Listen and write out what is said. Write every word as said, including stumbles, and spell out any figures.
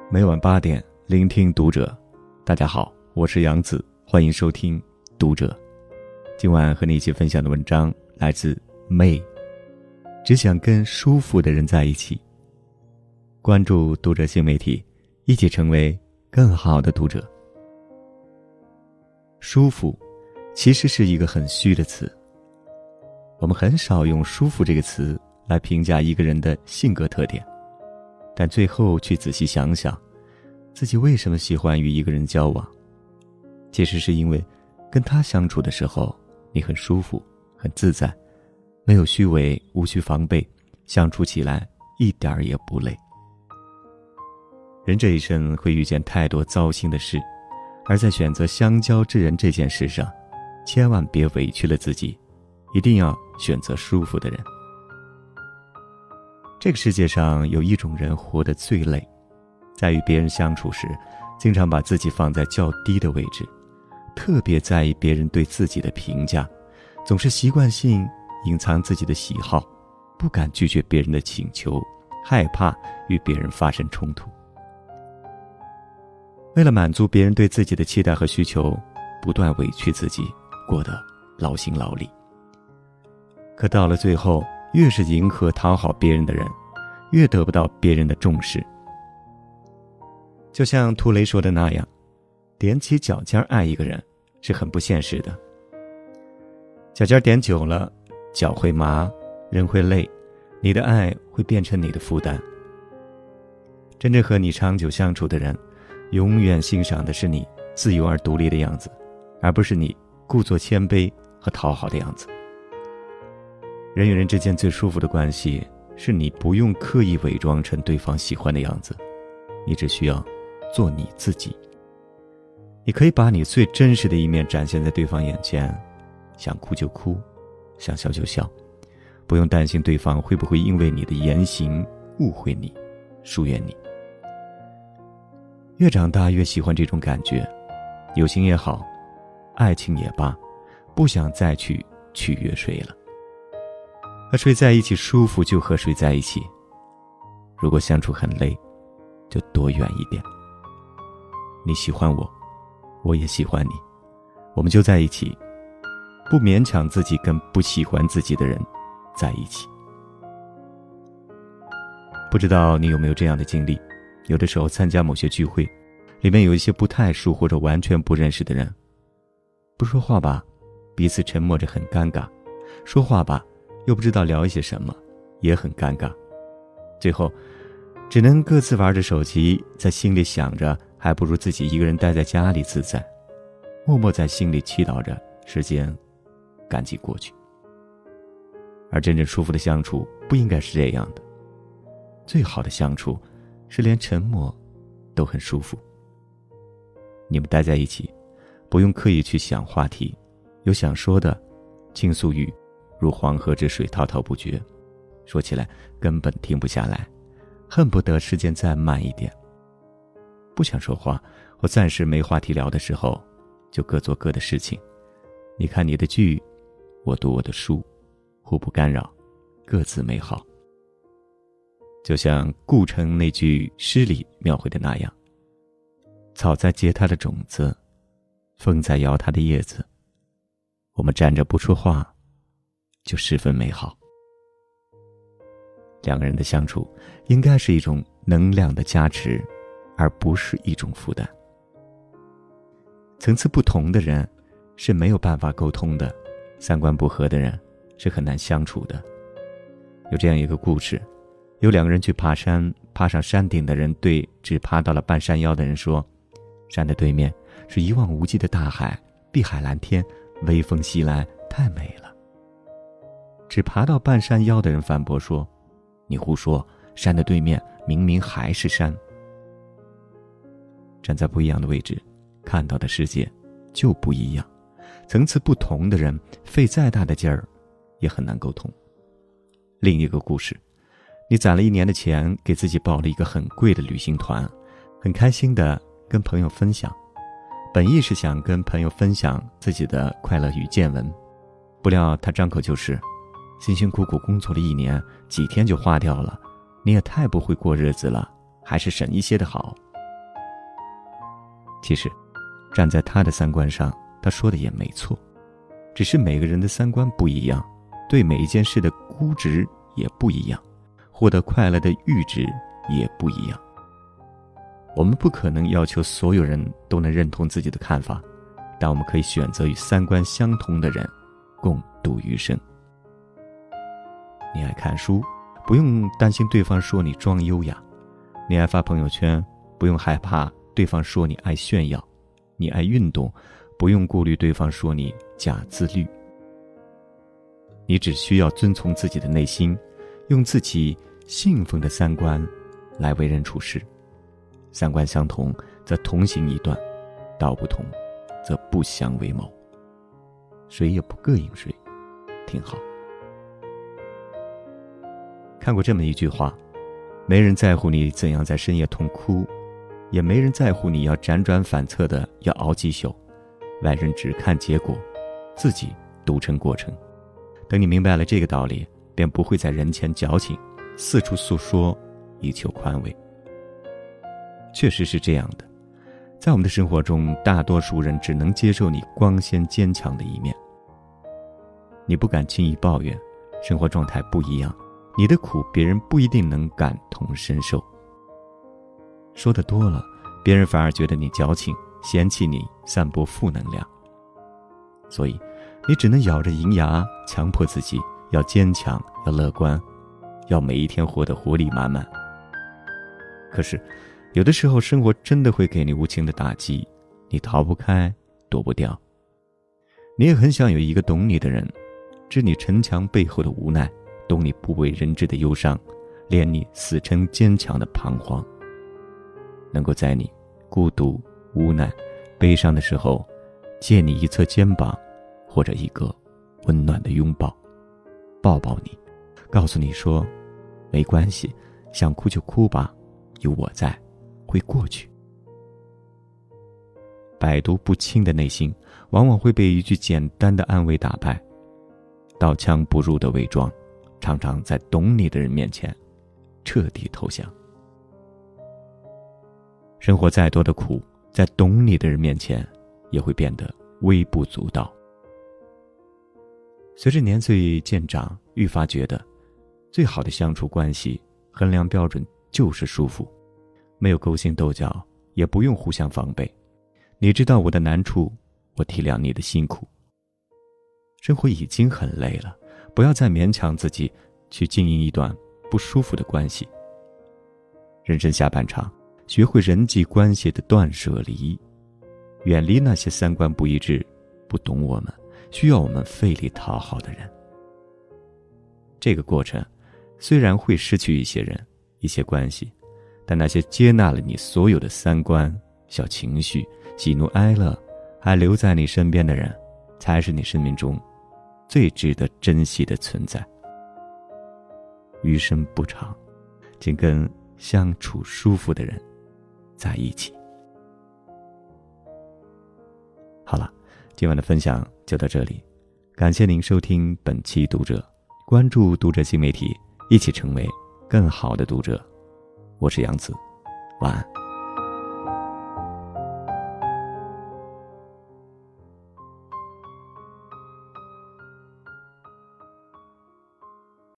每晚八点，聆听读者。大家好，我是杨子，欢迎收听读者。今晚和你一起分享的文章来自 May， 只想跟舒服的人在一起。关注读者新媒体，一起成为更好的读者。舒服其实是一个很虚的词，我们很少用舒服这个词来评价一个人的性格特点，但最后去仔细想想，自己为什么喜欢与一个人交往，其实是因为跟他相处的时候，你很舒服，很自在，没有虚伪，无需防备，相处起来一点儿也不累。人这一生会遇见太多糟心的事，而在选择相交之人这件事上，千万别委屈了自己，一定要选择舒服的人。这个世界上有一种人活得最累，在与别人相处时，经常把自己放在较低的位置，特别在意别人对自己的评价，总是习惯性隐藏自己的喜好，不敢拒绝别人的请求，害怕与别人发生冲突。为了满足别人对自己的期待和需求，不断委屈自己，过得劳心劳力。可到了最后，越是迎合讨好别人的人，越得不到别人的重视。就像涂雷说的那样，踮起脚尖爱一个人是很不现实的。脚尖踮久了，脚会麻，人会累，你的爱会变成你的负担。真正和你长久相处的人，永远欣赏的是你自由而独立的样子，而不是你故作谦卑和讨好的样子。人与人之间最舒服的关系，是你不用刻意伪装成对方喜欢的样子，你只需要做你自己。你可以把你最真实的一面展现在对方眼前，想哭就哭，想笑就笑，不用担心对方会不会因为你的言行误会你，疏远你。越长大越喜欢这种感觉，友情也好，爱情也罢，不想再去取悦谁了。和谁在一起舒服就和谁在一起，如果相处很累，就躲远一点。你喜欢我，我也喜欢你，我们就在一起，不勉强自己跟不喜欢自己的人在一起。不知道你有没有这样的经历，有的时候参加某些聚会，里面有一些不太熟或者完全不认识的人，不说话吧，彼此沉默着很尴尬，说话吧，又不知道聊一些什么，也很尴尬。最后只能各自玩着手机，在心里想着还不如自己一个人待在家里自在，默默在心里祈祷着时间赶紧过去。而真正舒服的相处不应该是这样的，最好的相处是连沉默都很舒服。你们待在一起，不用刻意去想话题，有想说的，倾诉欲如黄河之水滔滔不绝，说起来根本停不下来，恨不得时间再慢一点。不想说话或暂时没话题聊的时候，就各做各的事情，你看你的剧，我读我的书，互不干扰，各自美好。就像顾城那句诗里描绘的那样，草在结它的种子，风在摇它的叶子，我们站着不说话，就十分美好。两个人的相处应该是一种能量的加持，而不是一种负担。层次不同的人是没有办法沟通的，三观不合的人是很难相处的。有这样一个故事，有两个人去爬山，爬上山顶的人对只爬到了半山腰的人说，山的对面是一望无际的大海，碧海蓝天，微风袭来，太美了。只爬到半山腰的人反驳说，你胡说，山的对面明明还是山。站在不一样的位置，看到的世界就不一样。层次不同的人，费再大的劲儿也很难沟通。另一个故事，你攒了一年的钱，给自己报了一个很贵的旅行团，很开心的跟朋友分享，本意是想跟朋友分享自己的快乐与见闻，不料他张口就是辛辛苦苦工作了一年，几天就花掉了，你也太不会过日子了，还是省一些的好。 其实站在他的三观上，他说的也没错，只是每个人的三观不一样，对每一件事的估值也不一样，获得快乐的阈值也不一样。我们不可能要求所有人都能认同自己的看法，但我们可以选择与三观相同的人共度余生。你爱看书，不用担心对方说你装优雅；你爱发朋友圈，不用害怕对方说你爱炫耀；你爱运动，不用顾虑对方说你假自律。你只需要遵从自己的内心，用自己信奉的三观来为人处事。三观相同则同行一段，道不同则不相为谋，谁也不膈应谁，挺好。看过这么一句话，没人在乎你怎样在深夜痛哭，也没人在乎你要辗转反侧的要熬几宿，外人只看结果，自己独成过程。等你明白了这个道理，便不会在人前矫情，四处诉说以求宽慰。确实是这样的，在我们的生活中，大多数人只能接受你光鲜坚强的一面。你不敢轻易抱怨，生活状态不一样，你的苦别人不一定能感同身受。说得多了，别人反而觉得你矫情，嫌弃你散播负能量。所以你只能咬着银牙，强迫自己要坚强，要乐观，要每一天活得活力满满。可是有的时候生活真的会给你无情的打击，你逃不开，躲不掉。你也很想有一个懂你的人，知你逞强背后的无奈，懂你不为人知的忧伤，怜你死撑坚强的彷徨，能够在你孤独、无奈、悲伤的时候，借你一侧肩膀，或者一个温暖的拥抱，抱抱你，告诉你说，没关系，想哭就哭吧，有我在，会过去。百毒不侵的内心，往往会被一句简单的安慰打败。刀枪不入的伪装，常常在懂你的人面前彻底投降。生活再多的苦，在懂你的人面前也会变得微不足道。随着年岁渐长，愈发觉得最好的相处关系衡量标准就是舒服，没有勾心斗角，也不用互相防备。你知道我的难处，我体谅你的辛苦。生活已经很累了，不要再勉强自己去经营一段不舒服的关系。人生下半场，学会人际关系的断舍离，远离那些三观不一致、不懂我们、需要我们费力讨好的人。这个过程虽然会失去一些人、一些关系，但那些接纳了你所有的三观、小情绪、喜怒哀乐，还留在你身边的人，才是你生命中最值得珍惜的存在。余生不长，请跟相处舒服的人在一起。好了，今晚的分享就到这里，感谢您收听本期读者，关注读者新媒体，一起成为更好的读者。我是杨子，晚安。